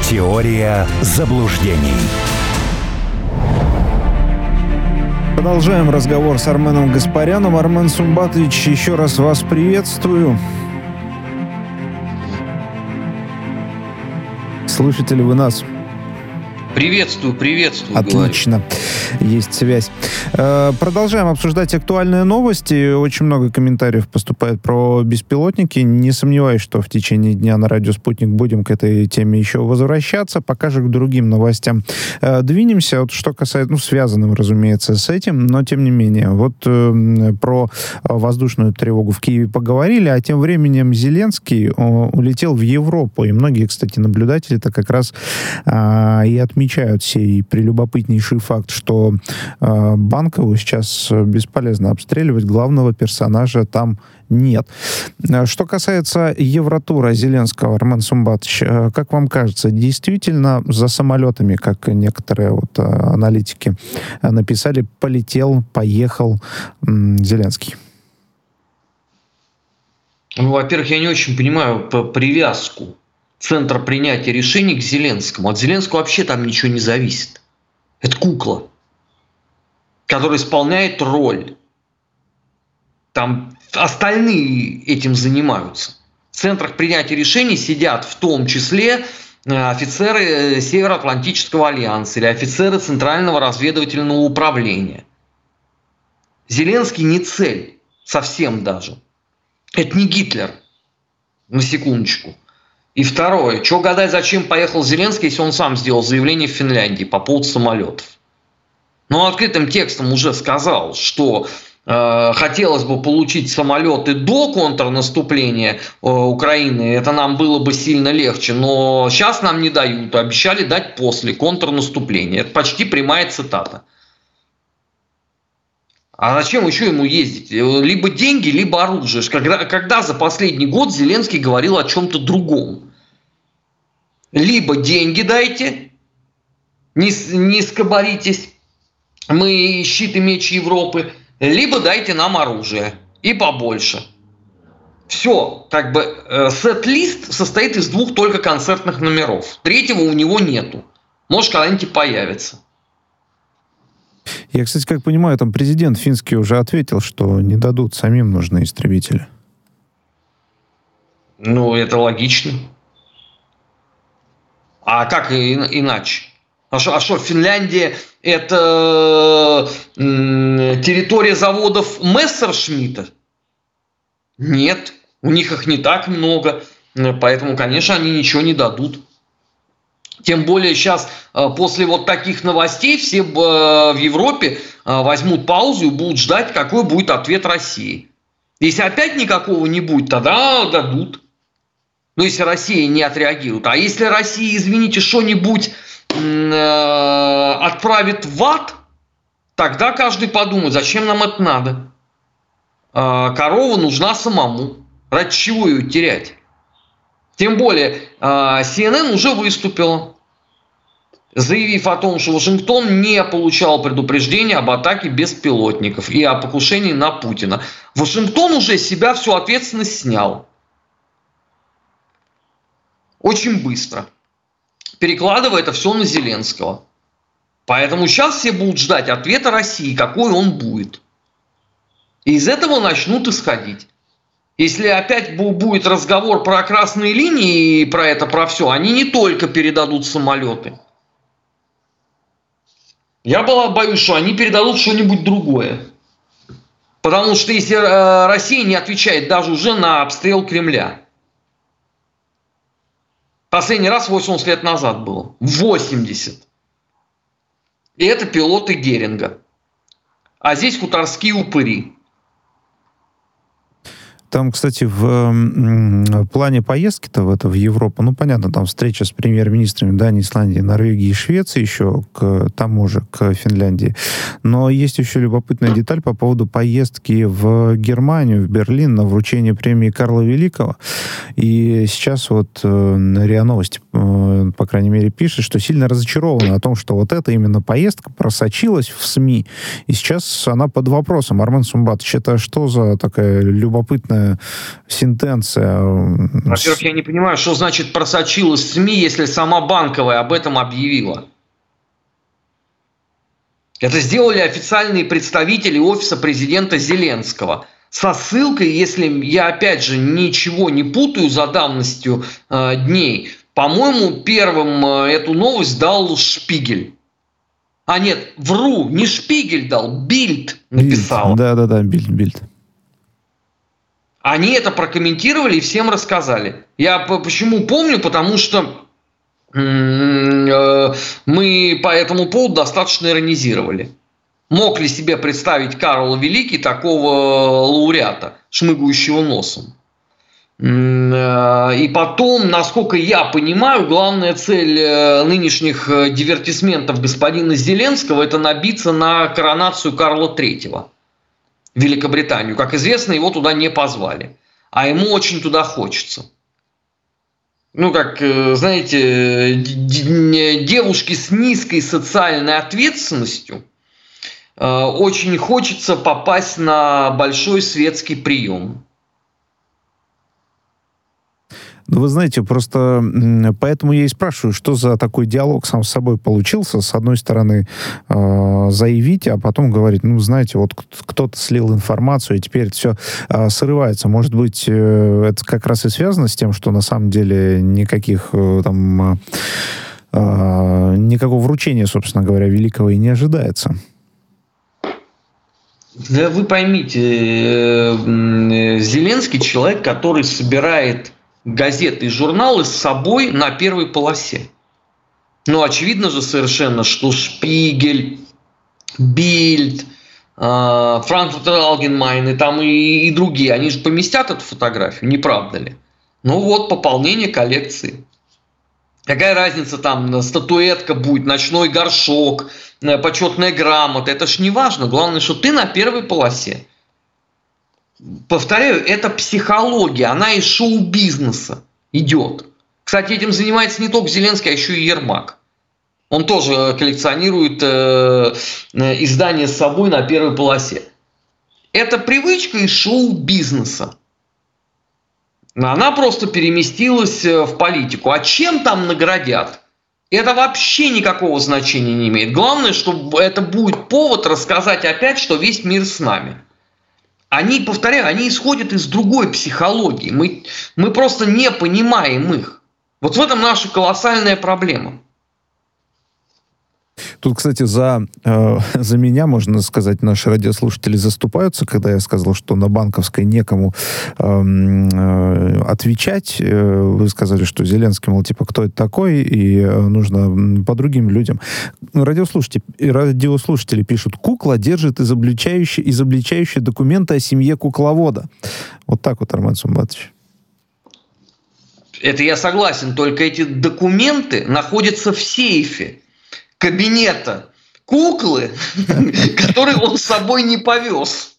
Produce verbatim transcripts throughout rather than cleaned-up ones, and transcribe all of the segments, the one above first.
Теория заблуждений. Продолжаем разговор с Арменом Гаспаряном. Армен Сумбатович, еще раз вас приветствую. Слышите ли вы нас? Приветствую, приветствую. Отлично. Говорю. Есть связь. Продолжаем обсуждать актуальные новости. Очень много комментариев поступает про беспилотники. Не сомневаюсь, что в течение дня на радио «Спутник» будем к этой теме еще возвращаться. Пока же к другим новостям двинемся. Вот что касается, ну, связанным, разумеется, с этим, но тем не менее. Вот э, про воздушную тревогу в Киеве поговорили, а тем временем Зеленский о, улетел в Европу. И многие, кстати, наблюдатели-то как раз э, и отмечают сей прелюбопытнейший факт, что э, Банкову сейчас бесполезно обстреливать, главного персонажа там нет. Что касается Евротура Зеленского, Армен Сумбатович, как вам кажется, действительно за самолетами, как некоторые вот аналитики написали, полетел, поехал Зеленский? Ну, во-первых, я не очень понимаю привязку центра принятия решений к Зеленскому. От Зеленского вообще там ничего не зависит. Это кукла, который исполняет роль. Там остальные этим занимаются. В центрах принятия решений сидят в том числе офицеры Североатлантического альянса или офицеры Центрального разведывательного управления. Зеленский не цель, совсем даже. Это не Гитлер, на секундочку. И второе, что гадать, зачем поехал Зеленский, если он сам сделал заявление в Финляндии по поводу самолетов. Но открытым текстом уже сказал, что э, хотелось бы получить самолеты до контрнаступления э, Украины, это нам было бы сильно легче, но сейчас нам не дают, обещали дать после контрнаступления. Это почти прямая цитата. А зачем еще ему ездить? Либо деньги, либо оружие. Когда, когда за последний год Зеленский говорил о чем-то другом? Либо деньги дайте, не, не скобаритесь, мы щит и меч Европы, либо дайте нам оружие и побольше. Все, как бы э, сет-лист состоит из двух только концертных номеров. Третьего у него нету. Может, когда-нибудь и появится. Я, кстати, как понимаю, там президент финский уже ответил, что не дадут, самим нужны истребители. Ну, это логично. А как и, иначе? А что, а что, Финляндия – это м, территория заводов Мессершмитта? Нет, у них их не так много, поэтому, конечно, они ничего не дадут. Тем более сейчас после вот таких новостей все в Европе возьмут паузу и будут ждать, какой будет ответ России. Если опять никакого не будет, тогда дадут. Ну, если Россия не отреагирует. А если Россия, извините, что-нибудь э, отправит в ад, тогда каждый подумает, зачем нам это надо. Э, корова нужна самому. Ради чего ее терять? Тем более, си эн эн уже выступила, заявив о том, что Вашингтон не получал предупреждения об атаке беспилотников и о покушении на Путина. Вашингтон уже с себя всю ответственность снял. Очень быстро. Перекладывая это все на Зеленского. Поэтому сейчас все будут ждать ответа России, какой он будет. И из этого начнут исходить. Если опять будет разговор про красные линии и про это, про все, они не только передадут самолеты. Я боюсь, что они передадут что-нибудь другое. Потому что если Россия не отвечает даже уже на обстрел Кремля. Последний раз восемьдесят лет назад было. восемьдесят. И это пилоты Геринга. А здесь хуторские упыри. Там, кстати, в, в плане поездки-то в, это, в Европу, ну, понятно, там встреча с премьер-министрами Дании, Исландии, Норвегии и Швеции еще к тому же, к Финляндии. Но есть еще любопытная деталь по поводу поездки в Германию, в Берлин на вручение премии Карла Великого. И сейчас вот э, РИА Новости э, он, по крайней мере, пишет, что сильно разочарован о том, что вот эта именно поездка просочилась в СМИ, и сейчас она под вопросом. Армен Сумбатович, это что за такая любопытная сентенция? Во-первых, я не понимаю, что значит просочилась в СМИ, если сама Банковая об этом объявила. Это сделали официальные представители офиса президента Зеленского. Со ссылкой, если я опять же ничего не путаю за давностью э, дней, по-моему, первым э, эту новость дал Шпигель. А нет, вру, не Шпигель дал, Бильд написал. Да-да-да, Бильд, Бильд. Они это прокомментировали и всем рассказали. Я почему помню, потому что мы по этому поводу достаточно иронизировали. Мог ли себе представить Карл Великий такого лауреата, шмыгающего носом? И потом, насколько я понимаю, главная цель нынешних дивертисментов господина Зеленского – это набиться на коронацию Карла Третьего в Великобританию. Как известно, его туда не позвали, а ему очень туда хочется. Ну, как, знаете, девушке с низкой социальной ответственностью очень хочется попасть на большой светский прием. Ну, вы знаете, просто поэтому я и спрашиваю, что за такой диалог сам с собой получился. С одной стороны, э, заявить, а потом говорить, ну, знаете, вот кто-то слил информацию, и теперь это все э, срывается. Может быть, э, это как раз и связано с тем, что на самом деле никаких э, там... Э, никакого вручения, собственно говоря, великого и не ожидается. Да вы поймите, Зеленский человек, который собирает газеты и журналы с собой на первой полосе. Ну, очевидно же совершенно, что Шпигель, Бильд, Франкфуртер Allgemeine там и, и другие, они же поместят эту фотографию, не правда ли? Ну вот, пополнение коллекции. Какая разница, там статуэтка будет, ночной горшок, почетная грамота, это ж не важно. Главное, что ты на первой полосе. Повторяю, это психология, она из шоу-бизнеса идет. Кстати, этим занимается не только Зеленский, а еще и Ермак. Он тоже коллекционирует э, издания с собой на первой полосе. Это привычка из шоу-бизнеса. Она просто переместилась в политику. А чем там наградят? Это вообще никакого значения не имеет. Главное, что это будет повод рассказать опять, что весь мир с нами. Они, повторяю, они исходят из другой психологии. Мы, мы просто не понимаем их. Вот в этом наша колоссальная проблема. Тут, кстати, за, э, за меня, можно сказать, наши радиослушатели заступаются, когда я сказал, что на Банковской некому э, э, отвечать. Э, вы сказали, что Зеленский, мол, типа, кто это такой, и э, нужно по другим людям. Радиослушатели, радиослушатели пишут, кукла держит изобличающие, изобличающие документы о семье кукловода. Вот так вот, Армен Сумбатович. Это я согласен, только эти документы находятся в сейфе кабинета куклы, который он с собой не повез.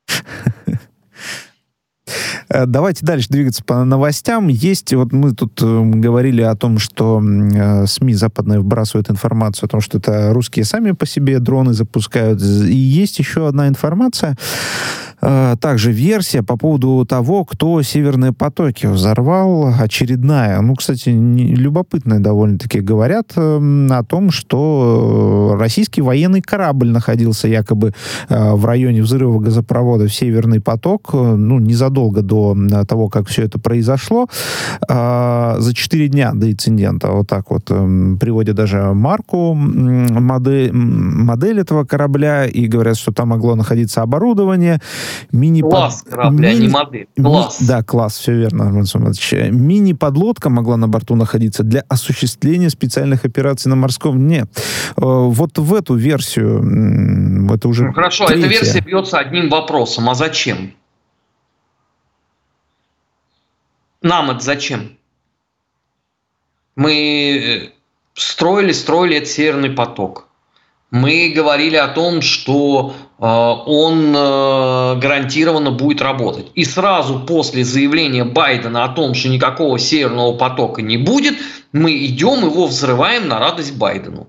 Давайте дальше двигаться по новостям. Есть, вот мы тут э, говорили о том, что э, СМИ западные вбрасывают информацию о том, что это русские сами по себе дроны запускают. И есть еще одна информация, э, также версия по поводу того, кто «Северные потоки» взорвал, очередная. Ну, кстати, не, любопытная довольно-таки. Говорят э, о том, что российский военный корабль находился якобы э, в районе взрыва газопровода в «Северный поток», э, ну, незадолго до того, как все это произошло, э, за четыре дня до инцидента. Вот так вот э, приводят даже марку, модель, модель этого корабля, и говорят, что там могло находиться оборудование. Мини класс под... корабля, мини... не модель. Класс. Ми... Да, класс, все верно, Армен Сумбатович. Мини-подлодка могла на борту находиться для осуществления специальных операций на морском дне. Э, вот в эту версию, это уже ну, хорошо, третья. Эта версия бьется одним вопросом. А зачем? Нам это зачем? Мы строили, строили этот Северный поток. Мы говорили о том, что э, он э, гарантированно будет работать. И сразу после заявления Байдена о том, что никакого Северного потока не будет, мы идем его взрываем на радость Байдену.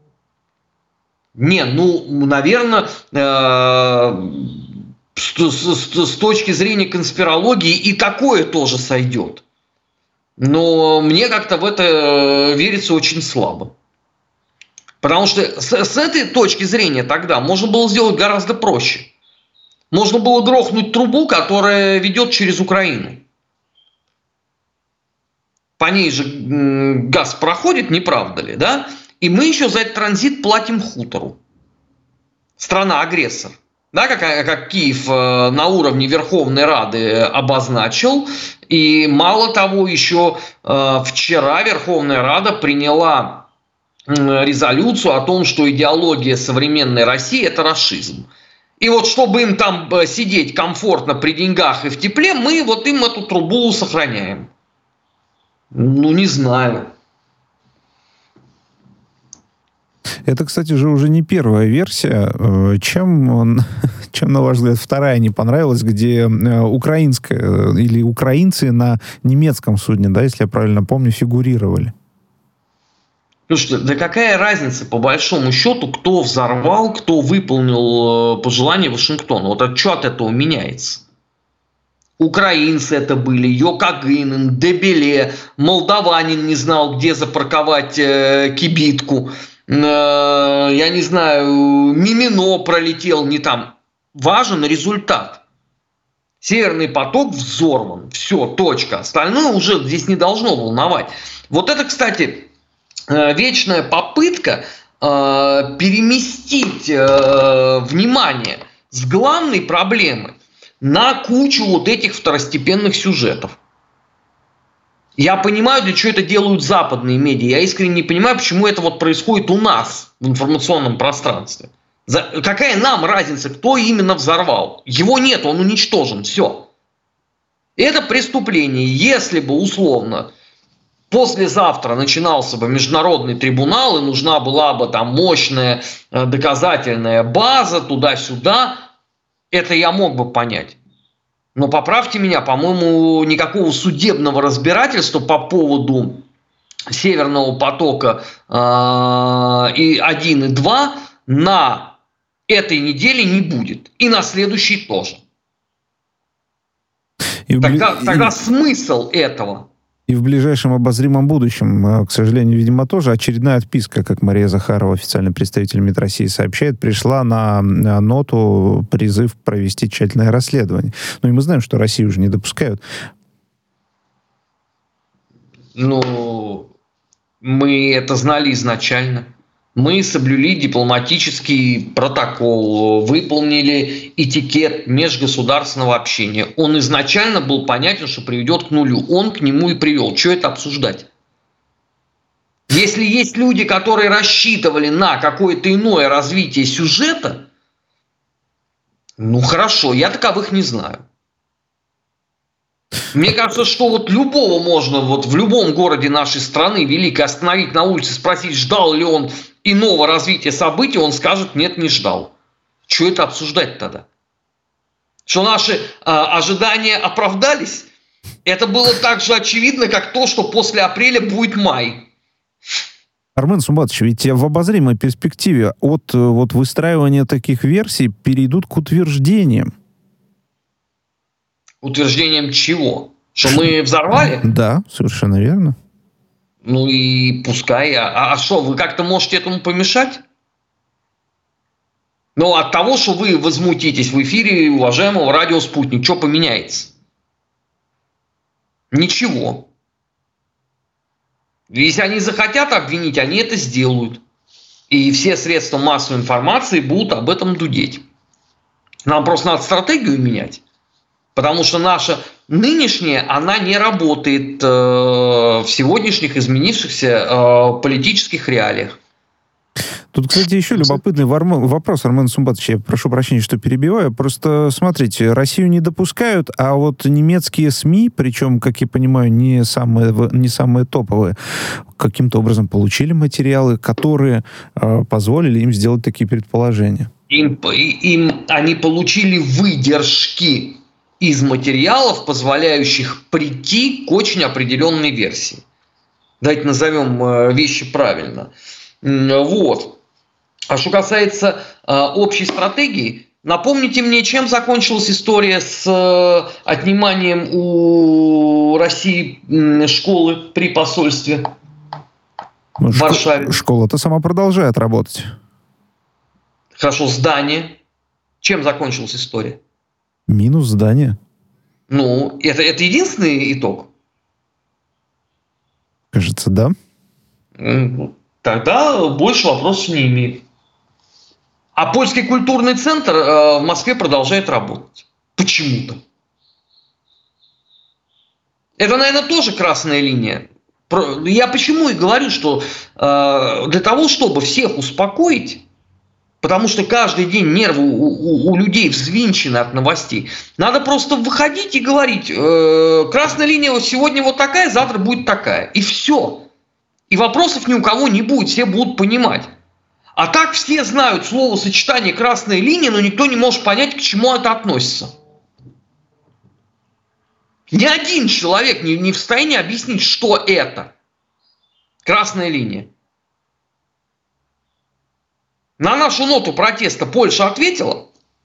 Не, ну, наверное, э, с, с, с точки зрения конспирологии и такое тоже сойдет. Но мне как-то в это верится очень слабо. Потому что с, с этой точки зрения тогда можно было сделать гораздо проще. Можно было грохнуть трубу, которая ведет через Украину. По ней же газ проходит, не правда ли, да? И мы еще за этот транзит платим хутору. Страна-агрессор. Да, как, как Киев на уровне Верховной Рады обозначил. И мало того, еще вчера Верховная Рада приняла резолюцию о том, что идеология современной России – это рашизм. И вот чтобы им там сидеть комфортно при деньгах и в тепле, мы вот им эту трубу сохраняем. Ну, не знаю. Это, кстати же, уже не первая версия. Чем, чем, на ваш взгляд, вторая не понравилась, где украинская или украинцы на немецком судне, да, если я правильно помню, фигурировали? Слушайте, да какая разница, по большому счету, кто взорвал, кто выполнил пожелания Вашингтона? Вот от что от этого меняется? Украинцы это были, Йокагинен, Дебеле, молдаванин не знал, где запарковать э, кибитку, э, я не знаю, Мимино пролетел не там. Важен результат. Северный поток взорван, все, точка. Остальное уже здесь не должно волновать. Вот это, кстати, вечная попытка э, переместить э, внимание с главной проблемы на кучу вот этих второстепенных сюжетов. Я понимаю, для чего это делают западные медиа. Я искренне не понимаю, почему это вот происходит у нас в информационном пространстве. За... Какая нам разница, кто именно взорвал? Его нет, он уничтожен, все. Это преступление. Если бы условно послезавтра начинался бы международный трибунал, и нужна была бы там мощная доказательная база туда-сюда, это я мог бы понять. Но поправьте меня, по-моему, никакого судебного разбирательства по поводу Северного потока э, и один и два на этой неделе не будет. И на следующей тоже. И тогда, в... тогда и... смысл этого? И в ближайшем обозримом будущем, к сожалению, видимо, тоже очередная отписка, как Мария Захарова, официальный представитель МИД России, сообщает, пришла на ноту призыв провести тщательное расследование. Ну и мы знаем, что Россию уже не допускают. Ну, мы это знали изначально. Мы соблюли дипломатический протокол, выполнили этикет межгосударственного общения. Он изначально был понятен, что приведет к нулю. Он к нему и привел. Что это обсуждать? Если есть люди, которые рассчитывали на какое-то иное развитие сюжета, ну хорошо, я таковых не знаю. Мне кажется, что вот любого можно вот в любом городе нашей страны великой остановить на улице, спросить, ждал ли он иного развития событий, он скажет, нет, не ждал. Что это обсуждать тогда? Что наши э, ожидания оправдались? Это было так же очевидно, как то, что после апреля будет май. Армен Сумбатович, ведь в обозримой перспективе от вот, выстраивания таких версий перейдут к утверждениям. Утверждением чего? Что мы взорвали? Да, совершенно верно. Ну и пускай. А, а что, вы как-то можете этому помешать? Ну, от того, что вы возмутитесь в эфире уважаемого радио «Спутник», что поменяется? Ничего. Если они захотят обвинить, они это сделают. И все средства массовой информации будут об этом дудеть. Нам просто надо стратегию менять. Потому что наша нынешняя, она не работает э, в сегодняшних изменившихся э, политических реалиях. Тут, кстати, еще любопытный вопрос, Армен Сумбатович, я прошу прощения, что перебиваю. Просто, смотрите, Россию не допускают, а вот немецкие СМИ, причем, как я понимаю, не самые, не самые топовые, каким-то образом получили материалы, которые э, позволили им сделать такие предположения. Им, им они получили выдержки из материалов, позволяющих прийти к очень определенной версии. Давайте назовем вещи правильно. Вот. А что касается общей стратегии, напомните мне, чем закончилась история с отниманием у России школы при посольстве ну, в Варшаве? Школа-то сама продолжает работать. Хорошо, здание. Чем закончилась история? Минус здание. Ну, это, это единственный итог? Кажется, да. Тогда больше вопросов не имеет. А польский культурный центр э, в Москве продолжает работать. Почему-то. Это, наверное, тоже красная линия. Я почему и говорю, что э, для того, чтобы всех успокоить, потому что каждый день нервы у, у, у людей взвинчены от новостей. Надо просто выходить и говорить, э, красная линия сегодня вот такая, завтра будет такая. И все. И вопросов ни у кого не будет, все будут понимать. А так все знают словосочетание «красная линия», но никто не может понять, к чему это относится. Ни один человек не, не в состоянии объяснить, что это. Красная линия. На нашу ноту протеста Польша ответила.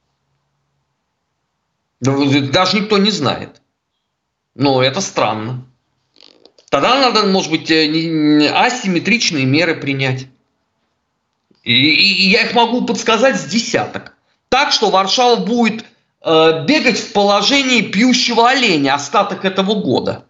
Даже никто не знает. Но это странно. Тогда надо, может быть, асимметричные меры принять. И, и, и я их могу подсказать с десяток. Так, что Варшава будет э, бегать в положении пьющего оленя остаток этого года.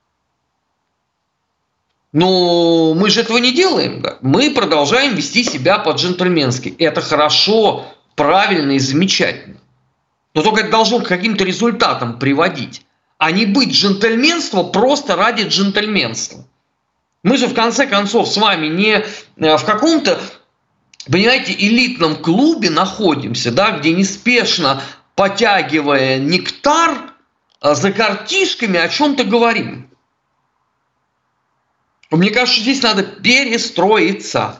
Но мы же этого не делаем. Да? Мы продолжаем вести себя по-джентльменски. Это хорошо, правильно и замечательно. Но только это должно к каким-то результатам приводить. А не быть джентльменством просто ради джентльменства. Мы же в конце концов с вами не в каком-то, понимаете, элитном клубе находимся, да, где неспешно, потягивая нектар, за картишками о чем-то говорим. Мне кажется, здесь надо перестроиться.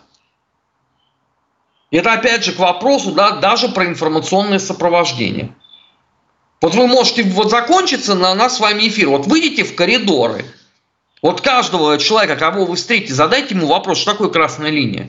Это опять же к вопросу, да, даже про информационное сопровождение. Вот вы можете, вот закончится на нас с вами эфир, вот выйдите в коридоры, вот каждого человека, кого вы встретите, задайте ему вопрос, что такое красная линия.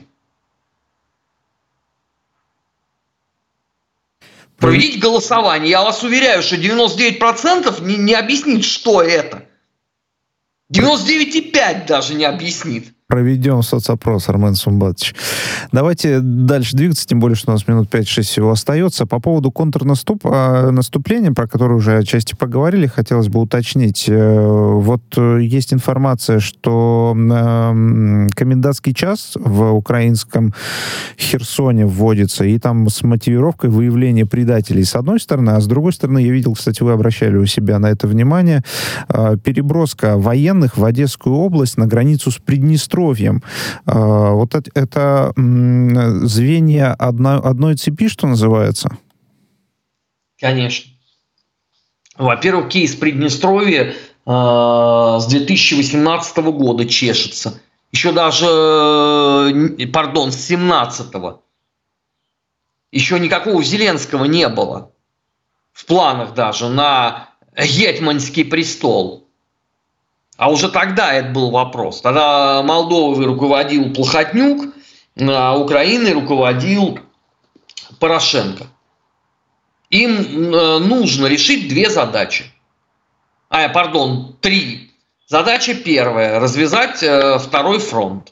Проведите голосование, я вас уверяю, что девяносто девять процентов не, не объяснит, что это. девяносто девять и пять даже не объяснит. Проведем соцопрос, Армен Сумбатович. Давайте дальше двигаться, тем более, что у нас минут пять-шесть всего остается. По поводу контрнаступления, про которое уже отчасти поговорили, хотелось бы уточнить. Вот есть информация, что комендантский час в украинском Херсоне вводится, и там с мотивировкой выявления предателей с одной стороны, а с другой стороны, я видел, кстати, вы обращали у себя на это внимание, переброска военных в Одесскую область на границу с Приднестровьем. Вот это, это звенья одной, одной цепи, что называется? Конечно. Во-первых, кейс Приднестровья э, с две тысячи восемнадцатого года чешется. Еще даже, э, пардон, с семнадцатого. Еще никакого Зеленского не было. В планах даже на гетьманский престол. А уже тогда это был вопрос. Тогда Молдовой руководил Плохотнюк, а Украиной руководил Порошенко. Им нужно решить две задачи. А, пардон, три. Задача первая – развязать второй фронт.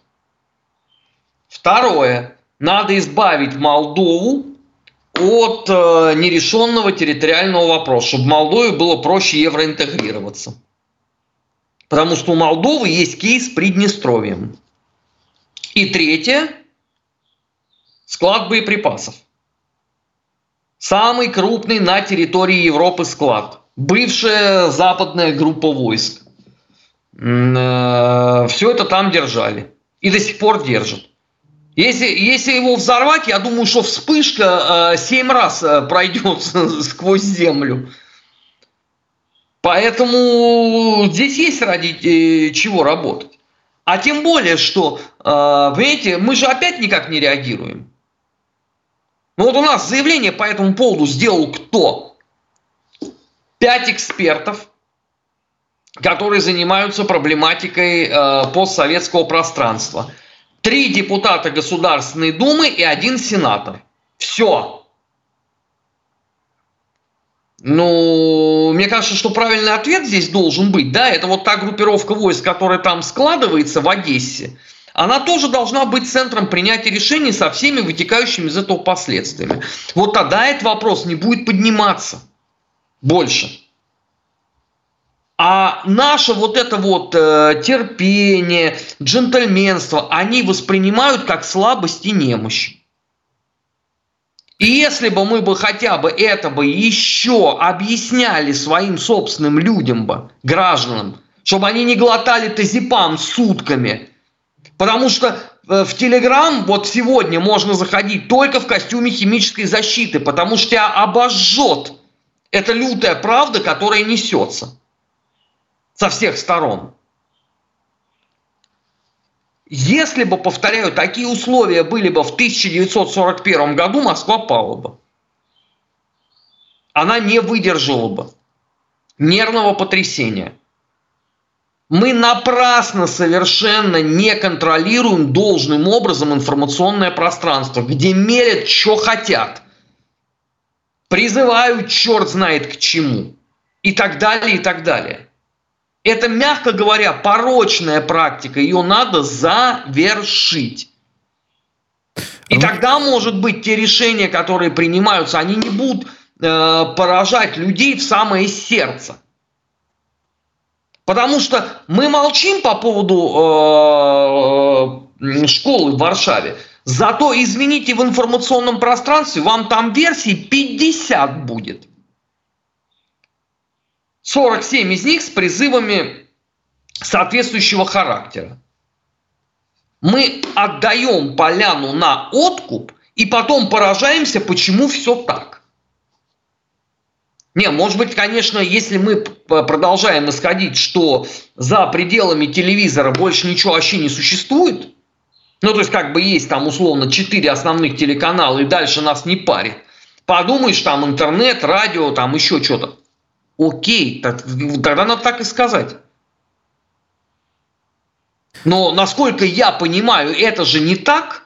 Второе – надо избавить Молдову от нерешенного территориального вопроса, чтобы Молдове было проще евроинтегрироваться. Потому что у Молдовы есть кейс с Приднестровьем. И третье – склад боеприпасов. Самый крупный на территории Европы склад. Бывшая западная группа войск. Все это там держали. И до сих пор держат. Если, если его взорвать, я думаю, что вспышка э, семь раз э, пройдет сквозь землю. Поэтому здесь есть ради э, чего работать. А тем более, что, э, понимаете, мы же опять никак не реагируем. Ну вот у нас заявление по этому поводу сделал кто? Пять экспертов, которые занимаются проблематикой э, постсоветского пространства. Три депутата Государственной Думы и один сенатор. Все. Ну, мне кажется, что правильный ответ здесь должен быть, да, это вот та группировка войск, которая там складывается в Одессе, она тоже должна быть центром принятия решений со всеми вытекающими из этого последствиями. Вот тогда этот вопрос не будет подниматься больше. А наше вот это вот э, терпение, джентльменство, они воспринимают как слабость и немощь. И если бы мы бы хотя бы это бы еще объясняли своим собственным людям бы, гражданам, чтобы они не глотали тазепам сутками, потому что в Телеграм вот сегодня можно заходить только в костюме химической защиты, потому что тебя обожжет эта лютая правда, которая несется со всех сторон. Если бы, повторяю, такие условия были бы в тысяча девятьсот сорок первом году, Москва пала бы. Она не выдержала бы нервного потрясения. Мы напрасно совершенно не контролируем должным образом информационное пространство, где мерят, что хотят, призывают черт знает к чему и так далее, и так далее. Это, мягко говоря, порочная практика, ее надо завершить. И тогда, может быть, те решения, которые принимаются, они не будут э, поражать людей в самое сердце. Потому что мы молчим по поводу э, школы в Варшаве, зато, извините, в информационном пространстве вам там версий пятьдесят будет. сорок семь из них с призывами соответствующего характера. Мы отдаем поляну на откуп и потом поражаемся, почему все так. Не, может быть, конечно, если мы продолжаем исходить, что за пределами телевизора больше ничего вообще не существует, ну, то есть, как бы есть там условно четыре основных телеканала и дальше нас не парит. Подумаешь, там интернет, радио, там еще что-то. Окей, тогда надо так и сказать. Но, насколько я понимаю, это же не так.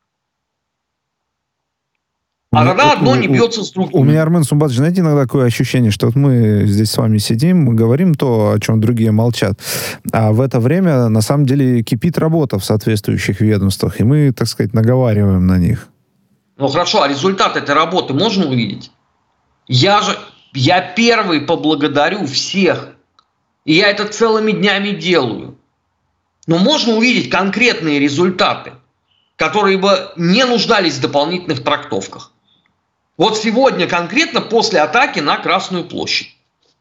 А тогда одно не бьется с другим. У меня, Армен Сумбатович, знаете, иногда такое ощущение, что вот мы здесь с вами сидим, мы говорим то, о чем другие молчат. А в это время, на самом деле, кипит работа в соответствующих ведомствах, и мы, так сказать, наговариваем на них. Ну, хорошо, а результат этой работы можно увидеть? Я же... Я первый поблагодарю всех. И я это целыми днями делаю. Но можно увидеть конкретные результаты, которые бы не нуждались в дополнительных трактовках. Вот сегодня конкретно после атаки на Красную площадь.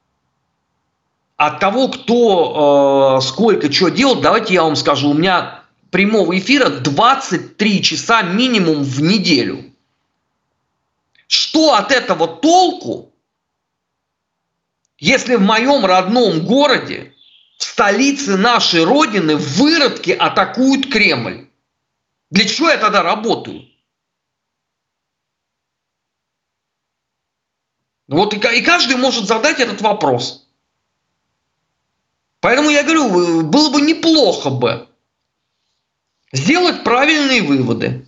От того, кто э, сколько чего делал, давайте я вам скажу. У меня прямого эфира двадцать три часа минимум в неделю. Что от этого толку? Если в моем родном городе, в столице нашей Родины, выродки атакуют Кремль, для чего я тогда работаю? Вот и, и каждый может задать этот вопрос. Поэтому я говорю, было бы неплохо бы сделать правильные выводы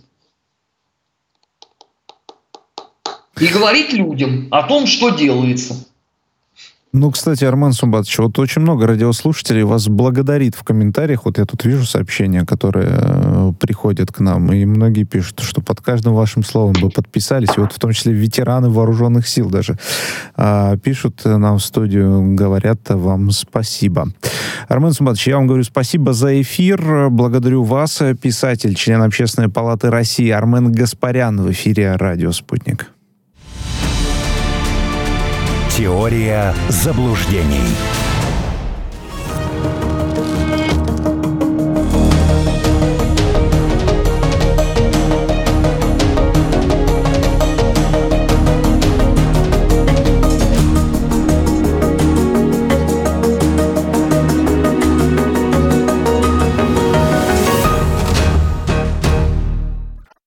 и говорить людям о том, что делается. Ну, кстати, Армен Сумбатович, вот очень много радиослушателей вас благодарит в комментариях. Вот я тут вижу сообщения, которые э, приходят к нам, и многие пишут, что под каждым вашим словом бы подписались. И вот в том числе ветераны вооруженных сил даже э, пишут нам в студию, говорят вам спасибо. Армен Сумбатович, я вам говорю спасибо за эфир. Благодарю вас, писатель, член Общественной палаты России Армен Гаспарян в эфире «Радио Спутник». Теория заблуждений.